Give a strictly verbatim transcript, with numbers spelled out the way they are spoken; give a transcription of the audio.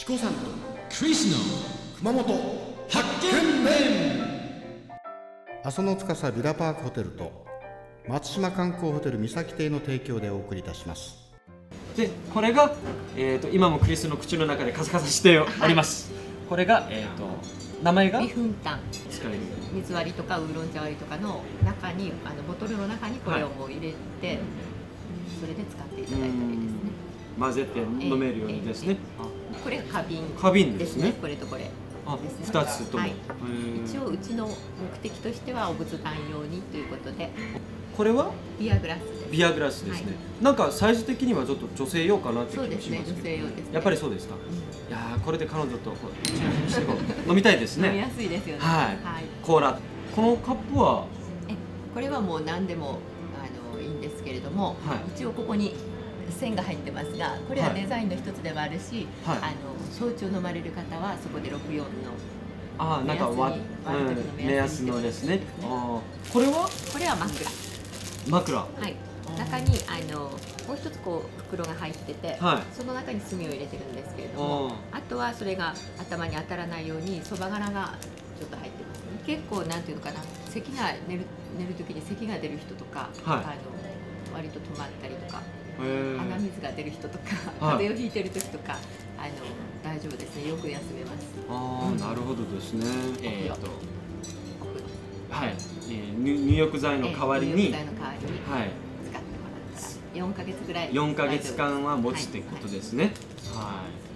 チコさんとクリスの熊本発見面。阿蘇の司ビラパークホテルと松島観光ホテル三崎邸の提供でお送りいたします。 でこれが、えー、と今もクリスの口の中でカサカサしております、はい、これが、えー、と名前が微粉炭使える水割りとかウーロン茶割りとかの中にあのボトルの中にこれをもう入れて、はい、それで使っていただいたらいいですね。 混ぜて飲めるようにですね。 これ花瓶花瓶ですね。 これとこれあ、 ですね。 ふたつとも、 はい、一応うちの目的としてはお仏壇用にということで、 これはビアグラスです。 ビアグラスですね、はい、なんかサイズ的にはちょっと女性用かなって気もしますけど。 そうですね、女性用ですね。 やっぱりそうですか、うん、いやーこれで彼女と飲みたいですね。 飲みやすいですよね。 はい、はい、コーラ。このカップはえこれはもう何でもあのいいんですけれども、はい、一応ここに線が入ってますが、これはデザインの一つでもあるし、はい、あの焼酎飲まれる方はそこでろくじゅうよんのああ、なんか割る時の目安のですね。ああ、これはこれは枕。 枕。 はい。中にあのもう一つこう袋が入ってて、はい、その中に炭を入れてるんですけれども、あとはそれが頭に当たらないようにそば殻がちょっと入ってますね。結構なんていうのかな、咳が寝る寝る時に咳が出る人とか、はい、あの割と止まったりとか。鼻水が出る人とか、風邪をひいてる時とか、あの大丈夫ですね。よく休めます。 ああ、うん、なるほどですね。えー、っと、はい、えー、入浴剤の代わりに、 入浴剤の代わりに、はい、使ってもらったらよんかげつぐらい。 よんかげつかんは持つってことですね。はい。はい。